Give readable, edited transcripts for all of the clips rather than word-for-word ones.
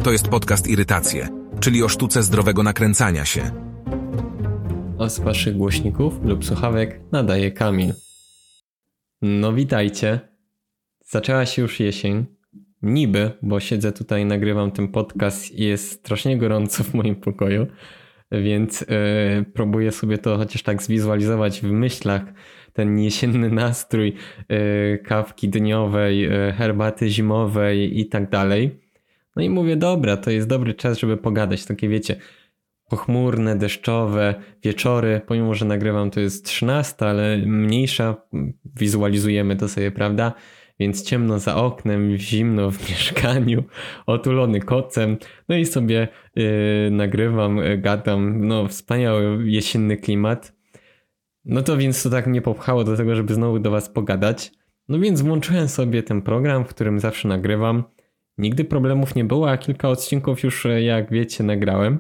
To jest podcast Irytacje, czyli o sztuce zdrowego nakręcania się. A z waszych głośników lub słuchawek nadaje Kamil. No witajcie. Zaczęła się już jesień. Niby, bo siedzę tutaj i nagrywam ten podcast i jest strasznie gorąco w moim pokoju, więc próbuję sobie to chociaż tak zwizualizować w myślach. Ten jesienny nastrój kawki dniowej, herbaty zimowej i tak dalej. No i mówię, dobra, to jest dobry czas, żeby pogadać. Takie wiecie, pochmurne, deszczowe wieczory, pomimo że nagrywam to jest 13, ale mniejsza, wizualizujemy to sobie, prawda? Więc ciemno za oknem, zimno w mieszkaniu, otulony kocem, no i sobie nagrywam, gadam, no wspaniały jesienny klimat. No to więc to tak mnie popchało do tego, żeby znowu do was pogadać. No więc włączyłem sobie ten program, w którym zawsze nagrywam. Nigdy problemów nie było, a kilka odcinków już, jak wiecie, nagrałem.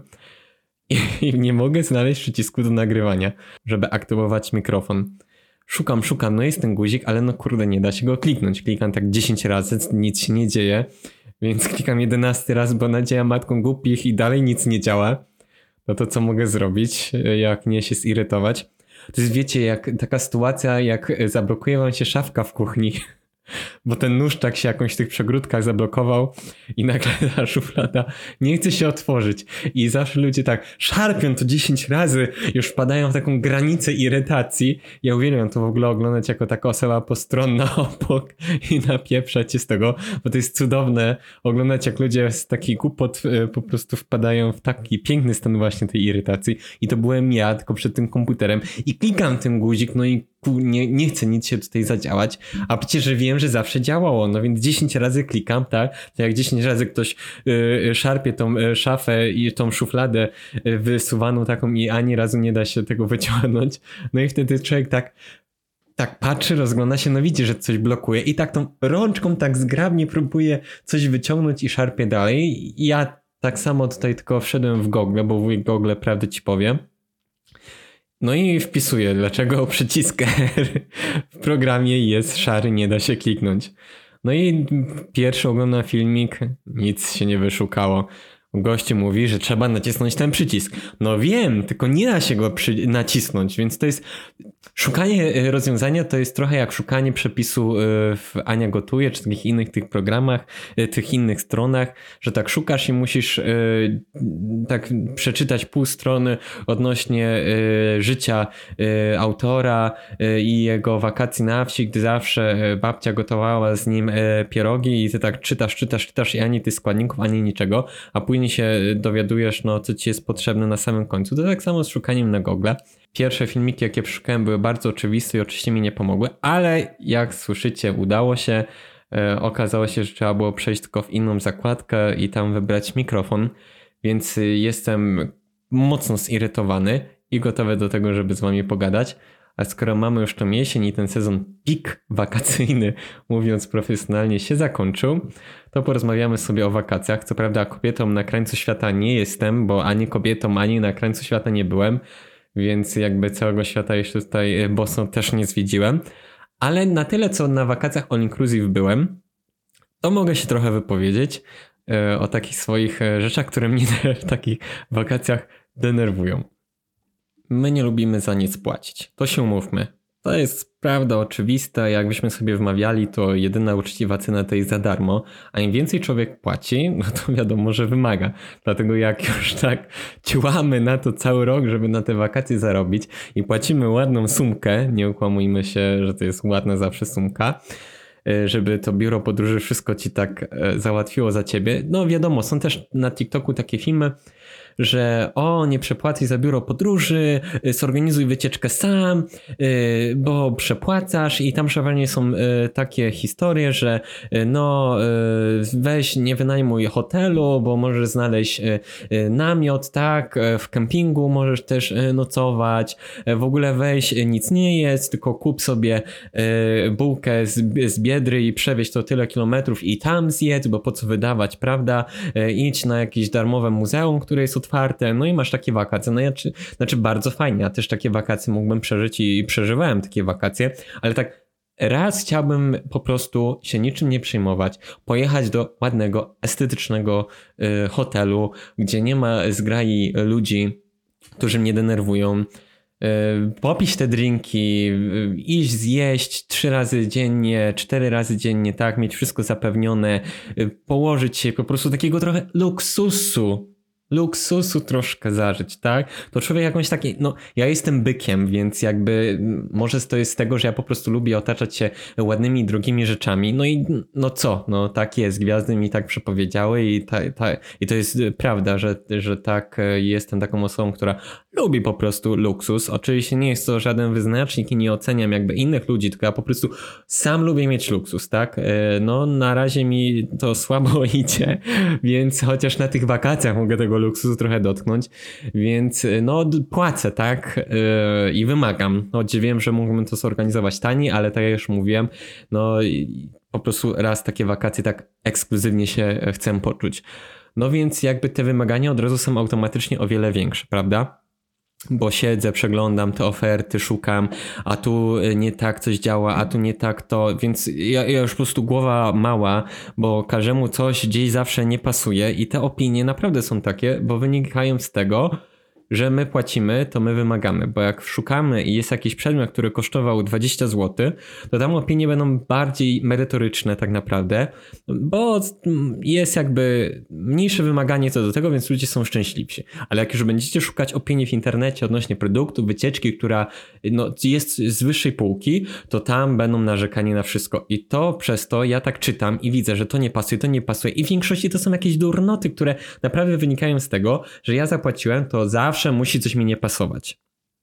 I nie mogę znaleźć przycisku do nagrywania, żeby aktywować mikrofon. Szukam, no jest ten guzik, ale no kurde, nie da się go kliknąć. Klikam tak 10 razy, nic się nie dzieje. Więc klikam 11 raz, bo nadzieja matką głupich i dalej nic nie działa. No to co mogę zrobić, jak nie się zirytować? To jest, wiecie, jak taka sytuacja, jak zablokuje wam się szafka w kuchni, bo ten nóż tak się jakąś w tych przegródkach zablokował i nagle ta szuflada nie chce się otworzyć. I zawsze ludzie tak szarpią to 10 razy, już wpadają w taką granicę irytacji. Ja uwielbiam to w ogóle oglądać jako taka osoba postronna obok i napieprzać się z tego, bo to jest cudowne oglądać, jak ludzie z takich głupot po prostu wpadają w taki piękny stan właśnie tej irytacji. I to byłem ja, tylko przed tym komputerem i klikam ten guzik, no i nie chce nic się tutaj zadziałać, a przecież wiem, że zawsze działało, no więc 10 razy klikam, tak? To jak 10 razy ktoś szarpie tą szafę i tą szufladę wysuwaną taką i ani razu nie da się tego wyciągnąć, no i wtedy człowiek tak patrzy, rozgląda się, no widzi, że coś blokuje i tak tą rączką tak zgrabnie próbuje coś wyciągnąć i szarpie dalej. I ja tak samo tutaj tylko wszedłem w Google, bo w Google prawdę ci powiem. No i wpisuję, dlaczego przycisk R w programie jest szary, nie da się kliknąć. No i pierwszy oglądam filmik, nic się nie wyszukało. Gościu mówi, że trzeba nacisnąć ten przycisk. No wiem, tylko nie da się go nacisnąć, więc to jest... Szukanie rozwiązania to jest trochę jak szukanie przepisu w Ania Gotuje, czy takich innych tych programach, tych innych stronach, że tak szukasz i musisz tak przeczytać pół strony odnośnie życia autora i jego wakacji na wsi, gdy zawsze babcia gotowała z nim pierogi i ty tak czytasz i ani tych składników, ani niczego, a później się dowiadujesz, no co ci jest potrzebne na samym końcu. To tak samo z szukaniem na Google. Pierwsze filmiki, jakie przeszukałem, były bardzo oczywiste i oczywiście mi nie pomogły, ale jak słyszycie, udało się. Okazało się, że trzeba było przejść tylko w inną zakładkę i tam wybrać mikrofon, więc jestem mocno zirytowany i gotowy do tego, żeby z wami pogadać. A skoro mamy już tą jesień i ten sezon pik wakacyjny, mówiąc profesjonalnie, się zakończył, to porozmawiamy sobie o wakacjach. Co prawda kobietą na krańcu świata nie jestem, bo ani kobietą, ani na krańcu świata nie byłem, więc jakby całego świata jeszcze tutaj boso też nie zwiedziłem. Ale na tyle, co na wakacjach all inclusive byłem, to mogę się trochę wypowiedzieć o takich swoich rzeczach, które mnie w takich wakacjach denerwują. My nie lubimy za nic płacić. To się umówmy. To jest prawda oczywista. Jakbyśmy sobie wmawiali, to jedyna uczciwa cena to jest za darmo. A im więcej człowiek płaci, no to wiadomo, że wymaga. Dlatego jak już tak ciłamy na to cały rok, żeby na te wakacje zarobić i płacimy ładną sumkę, nie ukłamujmy się, że to jest ładna zawsze sumka, żeby to biuro podróży wszystko ci tak załatwiło za ciebie. No wiadomo, są też na TikToku takie filmy, że nie przepłacaj za biuro podróży, zorganizuj wycieczkę sam, bo przepłacasz i tam przeważnie są takie historie, że weź nie wynajmuj hotelu, bo możesz znaleźć namiot, tak, w kempingu możesz też nocować, w ogóle weź nic nie jest, tylko kup sobie bułkę z Biedry i przewieź to tyle kilometrów i tam zjedz, bo po co wydawać, prawda, idź na jakieś darmowe muzeum, które jest otwarte, no i masz takie wakacje. No znaczy bardzo fajnie, ja też takie wakacje mógłbym przeżyć i przeżywałem takie wakacje, ale tak raz chciałbym po prostu się niczym nie przejmować, pojechać do ładnego, estetycznego hotelu, gdzie nie ma zgrai ludzi, którzy mnie denerwują, popić te drinki, iść zjeść 3 razy dziennie, 4 razy dziennie, tak, mieć wszystko zapewnione, położyć się, po prostu takiego trochę luksusu troszkę zażyć, tak? To człowiek jakąś taki, no ja jestem bykiem, więc jakby może to jest z tego, że ja po prostu lubię otaczać się ładnymi, drogimi rzeczami, no i no co, no tak jest, gwiazdy mi tak przepowiedziały i to jest prawda, że tak jestem taką osobą, która lubi po prostu luksus. Oczywiście nie jest to żaden wyznacznik i nie oceniam jakby innych ludzi, tylko ja po prostu sam lubię mieć luksus, tak? No na razie mi to słabo idzie, więc chociaż na tych wakacjach mogę tego luksusu trochę dotknąć, więc no płacę, tak? I wymagam, choć wiem, że mógłbym to zorganizować taniej, ale tak jak już mówiłem, no po prostu raz takie wakacje tak ekskluzywnie się chcę poczuć. No więc jakby te wymagania od razu są automatycznie o wiele większe, prawda? Bo siedzę, przeglądam te oferty, szukam, a tu nie tak coś działa, a tu nie tak to, więc ja już po prostu głowa mała, bo każdemu coś gdzieś zawsze nie pasuje i te opinie naprawdę są takie, bo wynikają z tego, że my płacimy, to my wymagamy, bo jak szukamy i jest jakiś przedmiot, który kosztował 20 zł, to tam opinie będą bardziej merytoryczne tak naprawdę, bo jest jakby mniejsze wymaganie co do tego, więc ludzie są szczęśliwsi. Ale jak już będziecie szukać opinii w internecie odnośnie produktu, wycieczki, która no, jest z wyższej półki, to tam będą narzekania na wszystko. I to przez to ja tak czytam i widzę, że to nie pasuje i w większości to są jakieś durnoty, które naprawdę wynikają z tego, że ja zapłaciłem, to zawsze musi coś mi nie pasować.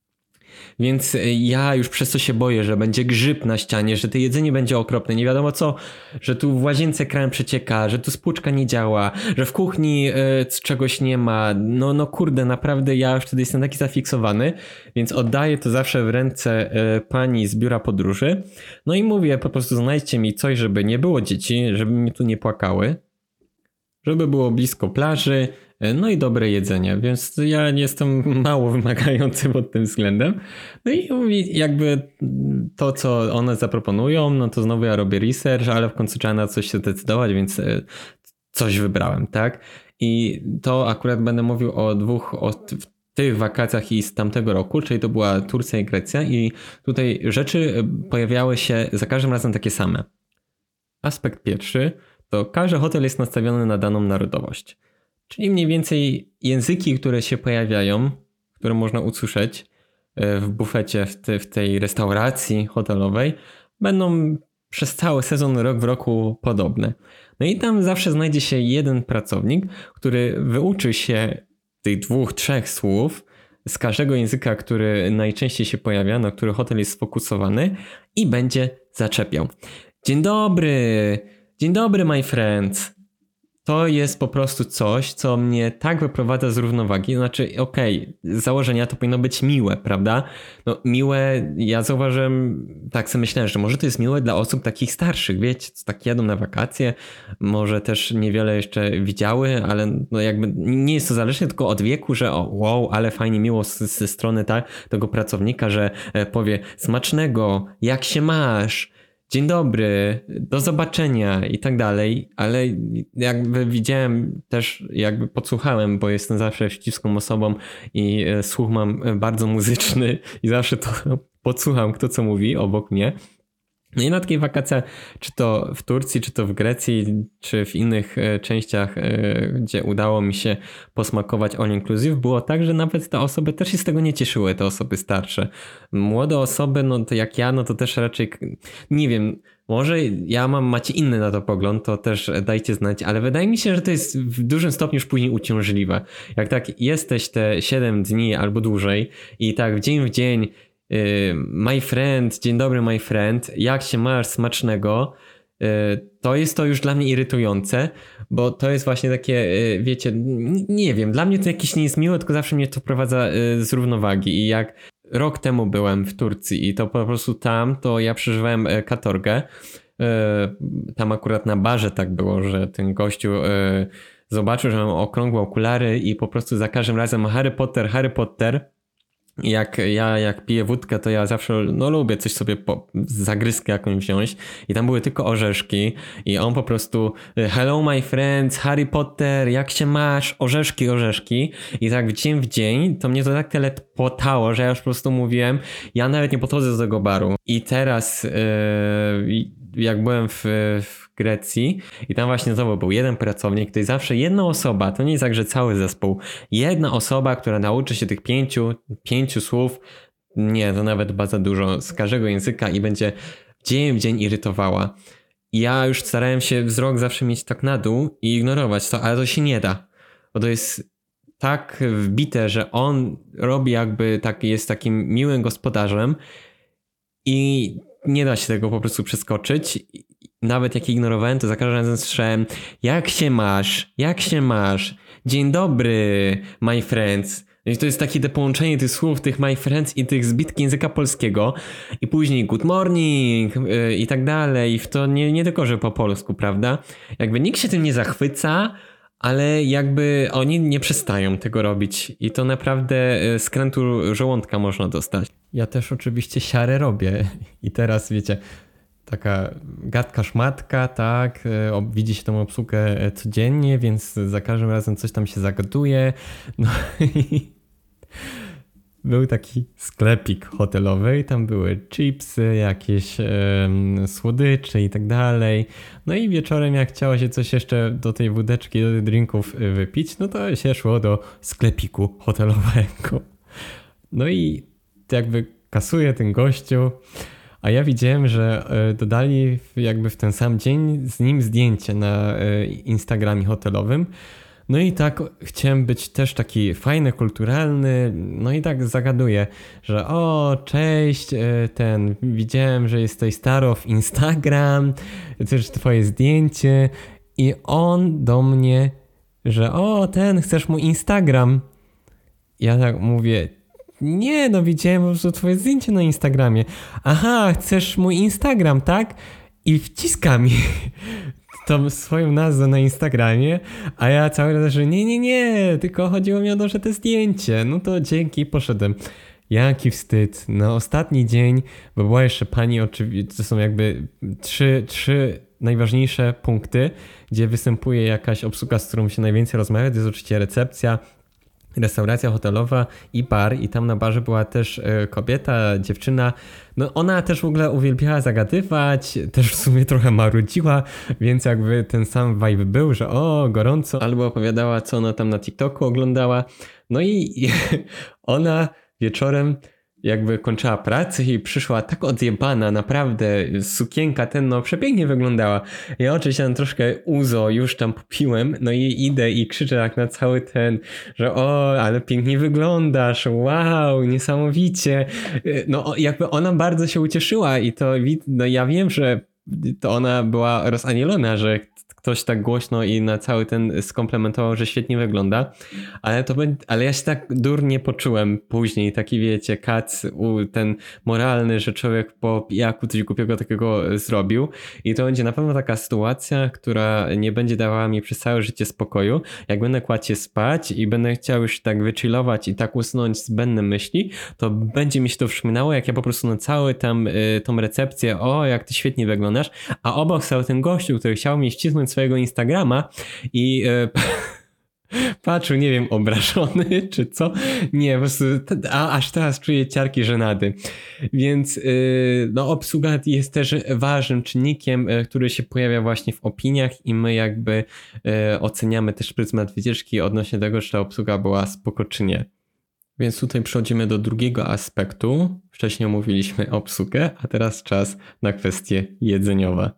Więc ja już przez to się boję, że będzie grzyb na ścianie, że to jedzenie będzie okropne, nie wiadomo co, że tu w łazience krem przecieka, że tu spłuczka nie działa, że w kuchni czegoś nie ma. No kurde, naprawdę ja już wtedy jestem taki zafiksowany, więc oddaję to zawsze w ręce pani z biura podróży. No i mówię, po prostu znajdźcie mi coś, żeby nie było dzieci, żeby mi tu nie płakały, żeby było blisko plaży, no i dobre jedzenie, więc ja jestem mało wymagający pod tym względem. No i jakby to, co one zaproponują, no to znowu ja robię research, ale w końcu trzeba na coś się zdecydować, więc coś wybrałem, tak? I to akurat będę mówił o w tych wakacjach i z tamtego roku, czyli to była Turcja i Grecja i tutaj rzeczy pojawiały się za każdym razem takie same. Aspekt pierwszy to każdy hotel jest nastawiony na daną narodowość. Czyli mniej więcej języki, które się pojawiają, które można usłyszeć w bufecie, w tej restauracji hotelowej, będą przez cały sezon rok w roku podobne. No i tam zawsze znajdzie się jeden pracownik, który wyuczy się tych 2-3 słów z każdego języka, który najczęściej się pojawia, na który hotel jest sfokusowany i będzie zaczepiał. Dzień dobry my friends. To jest po prostu coś, co mnie tak wyprowadza z równowagi. Znaczy, okej, z założenia to powinno być miłe, prawda? No miłe, ja zauważyłem, tak sobie myślałem, że może to jest miłe dla osób takich starszych, wiecie, co tak jadą na wakacje, może też niewiele jeszcze widziały, ale no jakby nie jest to zależne tylko od wieku, że wow, ale fajnie miło ze strony tego pracownika, że powie smacznego, jak się masz? Dzień dobry, do zobaczenia i tak dalej, ale jakby widziałem też, jakby podsłuchałem, bo jestem zawsze ściską osobą i słuch mam bardzo muzyczny i zawsze to podsłucham, kto co mówi obok mnie. No i na takiej wakacjach, czy to w Turcji, czy to w Grecji, czy w innych częściach, gdzie udało mi się posmakować all inclusive, było tak, że nawet te osoby też się z tego nie cieszyły, te osoby starsze. Młode osoby, no to jak ja, no to też raczej, nie wiem, może macie inny na to pogląd, to też dajcie znać, ale wydaje mi się, że to jest w dużym stopniu już później uciążliwe. Jak tak jesteś te 7 dni albo dłużej i tak w dzień my friend, dzień dobry my friend, jak się masz, smacznego, to jest to już dla mnie irytujące, bo to jest właśnie takie, wiecie, nie wiem, dla mnie to jakieś nie jest miłe, tylko zawsze mnie to wprowadza z równowagi i jak rok temu byłem w Turcji i to po prostu tam, to ja przeżywałem katorgę, tam akurat na barze tak było, że ten gościu zobaczył, że mam okrągłe okulary i po prostu za każdym razem Harry Potter, Jak piję wódkę, to ja zawsze lubię coś sobie zagryzkę jakąś wziąć i tam były tylko orzeszki i on po prostu hello my friends, Harry Potter, jak się masz, orzeszki i tak dzień w dzień to mnie to tak tyle potało, że ja już po prostu mówiłem, ja nawet nie podchodzę do tego baru i teraz jak byłem w Grecji i tam właśnie znowu był jeden pracownik, to jest zawsze jedna osoba, to nie jest tak, że cały zespół, jedna osoba, która nauczy się tych pięciu słów, nie, to nawet bardzo dużo, z każdego języka i będzie dzień w dzień irytowała. I ja już starałem się wzrok zawsze mieć tak na dół i ignorować to, ale to się nie da, bo to jest tak wbite, że on robi jakby jest takim miłym gospodarzem i nie da się tego po prostu przeskoczyć. Nawet jak ignorowałem, to za każdym razem słyszałem jak się masz, dzień dobry, my friends. I to jest takie połączenie tych słów, tych my friends i tych zbitki języka polskiego i później good morning i tak dalej. I w to nie tylko, że po polsku, prawda? Jakby nikt się tym nie zachwyca, ale jakby oni nie przestają tego robić i to naprawdę skrętu żołądka można dostać. Ja też oczywiście siarę robię i teraz wiecie, taka gadka szmatka, tak, widzi się tą obsługę codziennie, więc za każdym razem coś tam się zagaduje. No i był taki sklepik hotelowy i tam były chipsy, jakieś słodycze i tak dalej. No i wieczorem jak chciało się coś jeszcze do tej wódeczki, do tych drinków wypić, no to się szło do sklepiku hotelowego. No i jakby kasuje ten gościu, a ja widziałem, że dodali jakby w ten sam dzień z nim zdjęcie na Instagramie hotelowym. No i tak chciałem być też taki fajny, kulturalny, no i tak zagaduję, że cześć, widziałem, że jesteś staro w Instagram, też twoje zdjęcie i on do mnie, że chcesz mój Instagram? Ja tak mówię, nie, no widziałem po prostu twoje zdjęcie na Instagramie. Aha, chcesz mój Instagram, tak? I wciska mi tą swoją nazwę na Instagramie, a ja cały czas, że nie, tylko chodziło mi o to, że to zdjęcie. No to dzięki, poszedłem. Jaki wstyd. Na ostatni dzień, bo była jeszcze pani, oczywiście, to są jakby trzy najważniejsze punkty, gdzie występuje jakaś obsługa, z którą się najwięcej rozmawia. To jest oczywiście recepcja, restauracja hotelowa i bar i tam na barze była też kobieta, dziewczyna, no ona też w ogóle uwielbiała zagadywać, też w sumie trochę marudziła, więc jakby ten sam vibe był, że gorąco, albo opowiadała co ona tam na TikToku oglądała, no i ona wieczorem jakby kończyła pracę i przyszła tak odjebana, naprawdę sukienka przepięknie wyglądała. Ja oczywiście tam troszkę już tam popiłem, no i idę i krzyczę tak na cały że ale pięknie wyglądasz, wow, niesamowicie. No jakby ona bardzo się ucieszyła i to, no ja wiem, że to ona była rozanielona, że ktoś tak głośno i na cały skomplementował, że świetnie wygląda, ale ja się tak durnie poczułem później, taki wiecie, ten moralny, że człowiek po pijaku coś głupiego takiego zrobił i to będzie na pewno taka sytuacja, która nie będzie dawała mi przez całe życie spokoju. Jak będę kładł się spać i będę chciał już tak wychillować i tak usnąć z zbędne myśli, to będzie mi się to przypominało, jak ja po prostu na cały tą recepcję, jak ty świetnie wyglądasz, a obok stał ten gościu, który chciał mi ścisnąć swojego Instagrama i patrzył, nie wiem, obrażony czy co. Nie, po prostu aż teraz czuję ciarki żenady. Więc obsługa jest też ważnym czynnikiem, który się pojawia właśnie w opiniach i my jakby oceniamy też pryzmat wycieczki odnośnie tego, czy ta obsługa była spoko czy nie. Więc tutaj przechodzimy do drugiego aspektu. Wcześniej omówiliśmy obsługę, a teraz czas na kwestie jedzeniowe.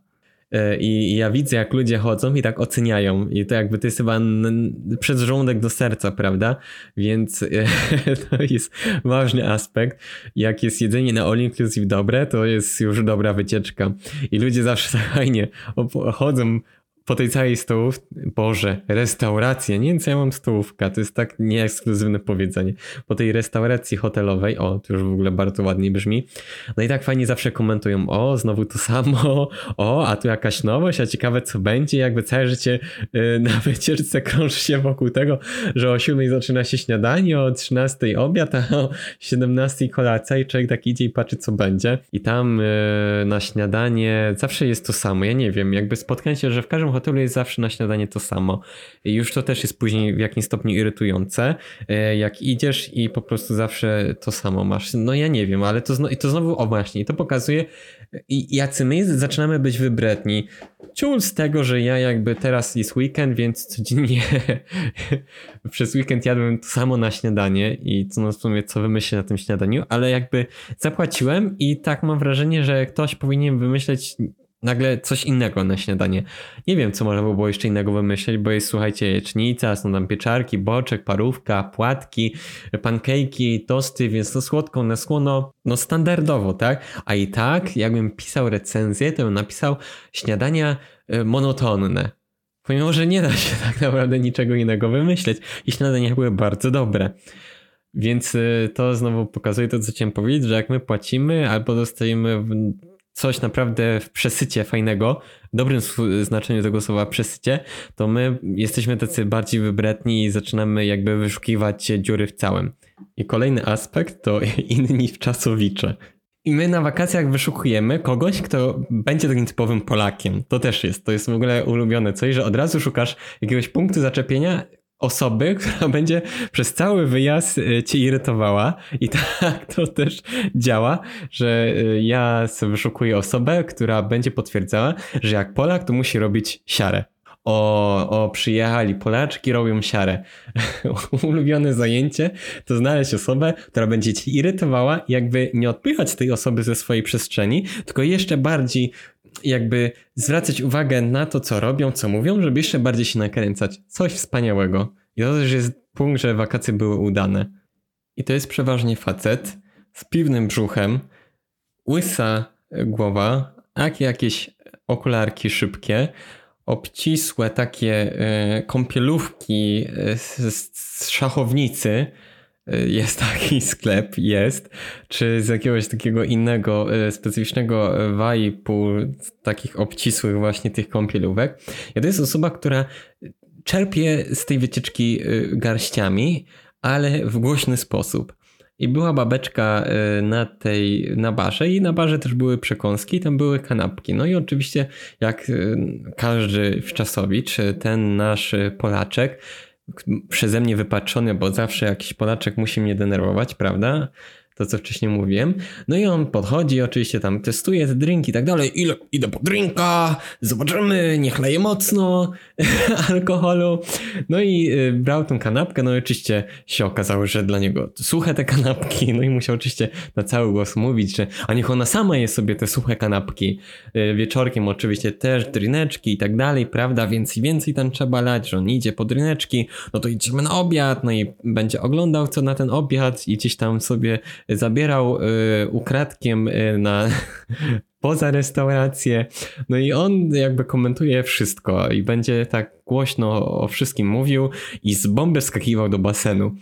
I ja widzę, jak ludzie chodzą i tak oceniają. I to jakby to jest chyba przez żołądek do serca, prawda? Więc to jest ważny aspekt. Jak jest jedzenie na all inclusive dobre, to jest już dobra wycieczka. I ludzie zawsze tak fajnie chodzą po tej całej restauracji, nie wiem co ja mam stołówka, to jest tak nieekskluzywne powiedzenie, po tej restauracji hotelowej, to już w ogóle bardzo ładnie brzmi, no i tak fajnie zawsze komentują, znowu to samo, a tu jakaś nowość, a ciekawe co będzie, jakby całe życie na wycieczce krąży się wokół tego, że o 7 zaczyna się śniadanie, o 13 obiad, a o 17 kolacja i człowiek tak idzie i patrzy co będzie i tam na śniadanie zawsze jest to samo, ja nie wiem, jakby spotkałem się, że w każdym hotelu jest zawsze na śniadanie to samo. I już to też jest później w jakimś stopniu irytujące, jak idziesz i po prostu zawsze to samo masz. No ja nie wiem, ale to znowu, właśnie, i to pokazuje, jacy my zaczynamy być wybredni. Ciul z tego, że ja jakby teraz jest weekend, więc codziennie przez weekend jadłem to samo na śniadanie i w sumie co wymyślę na tym śniadaniu, ale jakby zapłaciłem i tak mam wrażenie, że ktoś powinien wymyśleć nagle coś innego na śniadanie. Nie wiem, co można by było jeszcze innego wymyśleć, bo jest, słuchajcie, jajecznica, są tam pieczarki, boczek, parówka, płatki, pankejki, tosty, więc to słodko, na słono, no standardowo, tak? A i tak, jakbym pisał recenzję, to bym napisał śniadania monotonne. Pomimo, że nie da się tak naprawdę niczego innego wymyśleć i śniadania były bardzo dobre. Więc to znowu pokazuje to, co chciałem powiedzieć, że jak my płacimy albo dostajemy coś naprawdę w przesycie fajnego, w dobrym znaczeniu tego słowa przesycie, to my jesteśmy tacy bardziej wybredni i zaczynamy jakby wyszukiwać dziury w całym. I kolejny aspekt to inni wczasowicze. I my na wakacjach wyszukujemy kogoś, kto będzie takim typowym Polakiem. To też jest. To jest w ogóle ulubione coś, że od razu szukasz jakiegoś punktu zaczepienia osoby, która będzie przez cały wyjazd cię irytowała i tak to też działa, że ja sobie wyszukuję osobę, która będzie potwierdzała, że jak Polak to musi robić siarę. Przyjechali Polaczki, robią siarę. Ulubione zajęcie to znaleźć osobę, która będzie cię irytowała i jakby nie odpychać tej osoby ze swojej przestrzeni, tylko jeszcze bardziej jakby zwracać uwagę na to, co robią, co mówią, żeby jeszcze bardziej się nakręcać. Coś wspaniałego. I to też jest punkt, że wakacje były udane. I to jest przeważnie facet z piwnym brzuchem, łysa głowa, jakieś okularki szybkie, obcisłe takie kąpielówki z szachownicy. Jest taki sklep, czy z jakiegoś takiego innego, specyficznego vibe'u, takich obcisłych właśnie tych kąpielówek. Ja to jest osoba, która czerpie z tej wycieczki garściami, ale w głośny sposób. I była babeczka na barze i na barze też były przekąski, tam były kanapki. No i oczywiście jak każdy wczasowicz, ten nasz Polaczek, przeze mnie wypaczony, bo zawsze jakiś Polaczek musi mnie denerwować, prawda? To, co wcześniej mówiłem. No i on podchodzi, oczywiście tam testuje te drinki i tak dalej. Idę po drinka, zobaczymy, niech leje mocno alkoholu. No i brał tą kanapkę, no i oczywiście się okazało, że dla niego suche te kanapki, no i musiał oczywiście na cały głos mówić, że a niech ona sama je sobie te suche kanapki. Wieczorkiem oczywiście też drineczki i tak dalej, prawda? Więcej tam trzeba lać, że on idzie po drineczki, no to idziemy na obiad, no i będzie oglądał co na ten obiad i gdzieś tam sobie zabierał ukradkiem poza restaurację. No i on jakby komentuje wszystko i będzie tak głośno o wszystkim mówił i z bomby wskakiwał do basenu.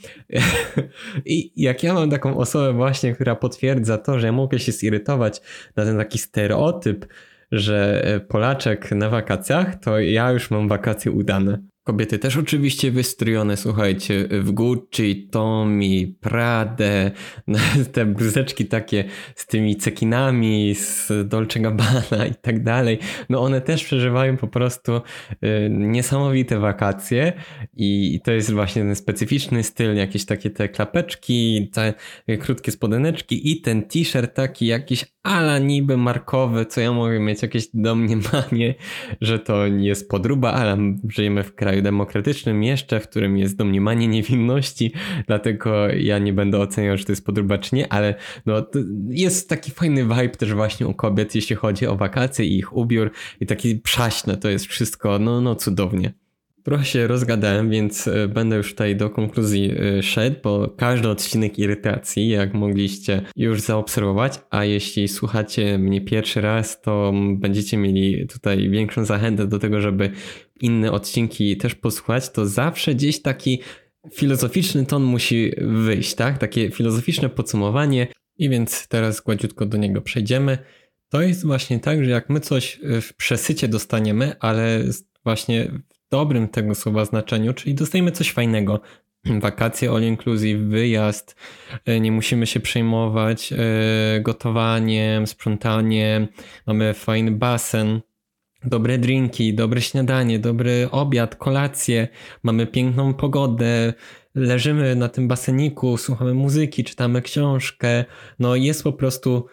I jak ja mam taką osobę właśnie, która potwierdza to, że ja mogę się zirytować na ten taki stereotyp, że Polaczek na wakacjach, to ja już mam wakacje udane. Kobiety też oczywiście wystrojone, słuchajcie, w Gucci, Tommy, Pradę, te bluzeczki takie z tymi cekinami, z Dolce Gabbana i tak dalej. No one też przeżywają po prostu niesamowite wakacje i to jest właśnie ten specyficzny styl, jakieś takie te klapeczki, te krótkie spodeneczki i ten t-shirt taki jakiś ala niby markowy, co ja mogę mieć jakieś domniemanie, że to jest podróba, ale żyjemy w kraju demokratycznym jeszcze, w którym jest domniemanie niewinności, dlatego ja nie będę oceniał, czy to jest podróba, czy nie, ale no, jest taki fajny vibe też właśnie u kobiet, jeśli chodzi o wakacje i ich ubiór i taki przaśne, to jest wszystko, no cudownie. Trochę się rozgadałem, więc będę już tutaj do konkluzji szedł, bo każdy odcinek irytacji, jak mogliście już zaobserwować, a jeśli słuchacie mnie pierwszy raz, to będziecie mieli tutaj większą zachętę do tego, żeby inne odcinki też posłuchać, to zawsze gdzieś taki filozoficzny ton musi wyjść, tak? Takie filozoficzne podsumowanie i więc teraz gładziutko do niego przejdziemy. To jest właśnie tak, że jak my coś w przesycie dostaniemy, ale właśnie w dobrym tego słowa znaczeniu, czyli dostajemy coś fajnego. Wakacje all inclusive, wyjazd, nie musimy się przejmować gotowaniem, sprzątaniem, mamy fajny basen, dobre drinki, dobre śniadanie, dobry obiad, kolację, mamy piękną pogodę, leżymy na tym baseniku, słuchamy muzyki, czytamy książkę, no jest po prostu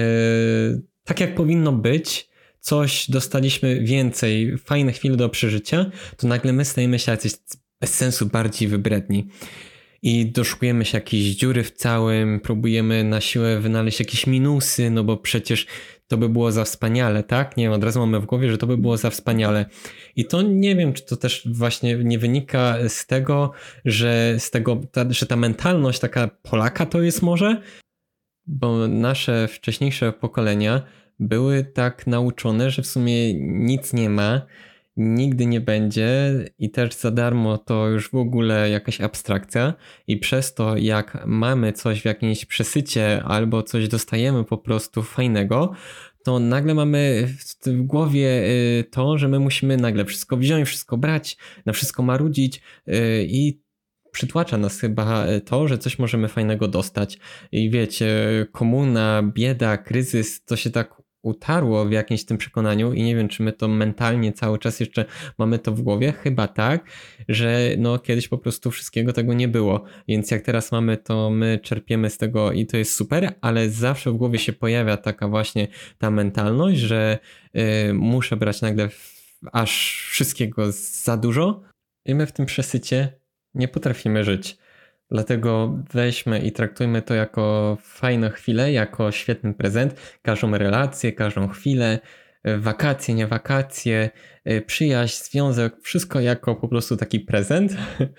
tak jak powinno być, coś dostaliśmy więcej, fajne chwile do przeżycia, to nagle my stajemy się jacyś bez sensu bardziej wybredni i doszukujemy się jakiejś dziury w całym, próbujemy na siłę wynaleźć jakieś minusy, no bo przecież to by było za wspaniale, tak? Nie wiem, od razu mamy w głowie, że to by było za wspaniale. I to nie wiem, czy to też właśnie nie wynika z tego, że ta mentalność taka Polaka to jest może? Bo nasze wcześniejsze pokolenia były tak nauczone, że w sumie nic nie ma, nigdy nie będzie i też za darmo to już w ogóle jakaś abstrakcja i przez to jak mamy coś w jakimś przesycie albo coś dostajemy po prostu fajnego, to nagle mamy w głowie to, że my musimy nagle wszystko wziąć, wszystko brać, na wszystko marudzić i przytłacza nas chyba to, że coś możemy fajnego dostać. I wiecie, komuna, bieda, kryzys, to się tak utarło w jakimś tym przekonaniu i nie wiem, czy my to mentalnie cały czas jeszcze mamy to w głowie. Chyba tak, że no kiedyś po prostu wszystkiego tego nie było. Więc jak teraz mamy, to my czerpiemy z tego i to jest super, ale zawsze w głowie się pojawia taka właśnie ta mentalność, że muszę brać nagle aż wszystkiego za dużo i my w tym przesycie nie potrafimy żyć. Dlatego weźmy i traktujmy to jako fajną chwilę, jako świetny prezent. Każdą relację, każdą chwilę, wakacje, nie wakacje, przyjaźń, związek, wszystko jako po prostu taki prezent.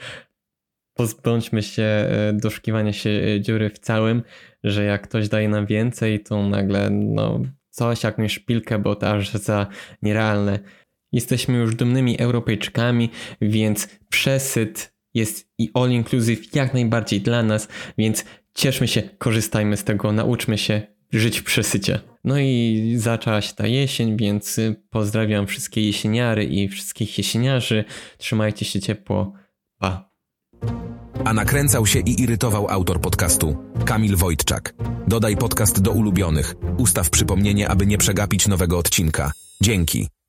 Pozbądźmy się doszukiwania się dziury w całym, że jak ktoś daje nam więcej, to nagle coś, jakąś szpilkę, bo to aż za nierealne. Jesteśmy już dumnymi Europejczykami, więc przesyt jest i all inclusive jak najbardziej dla nas, więc cieszmy się, korzystajmy z tego, nauczmy się żyć w przesycie. No i zaczęła się ta jesień, więc pozdrawiam wszystkie jesieniary i wszystkich jesieniarzy. Trzymajcie się ciepło. Pa. A nakręcał się i irytował autor podcastu, Kamil Wojtczak. Dodaj podcast do ulubionych. Ustaw przypomnienie, aby nie przegapić nowego odcinka. Dzięki.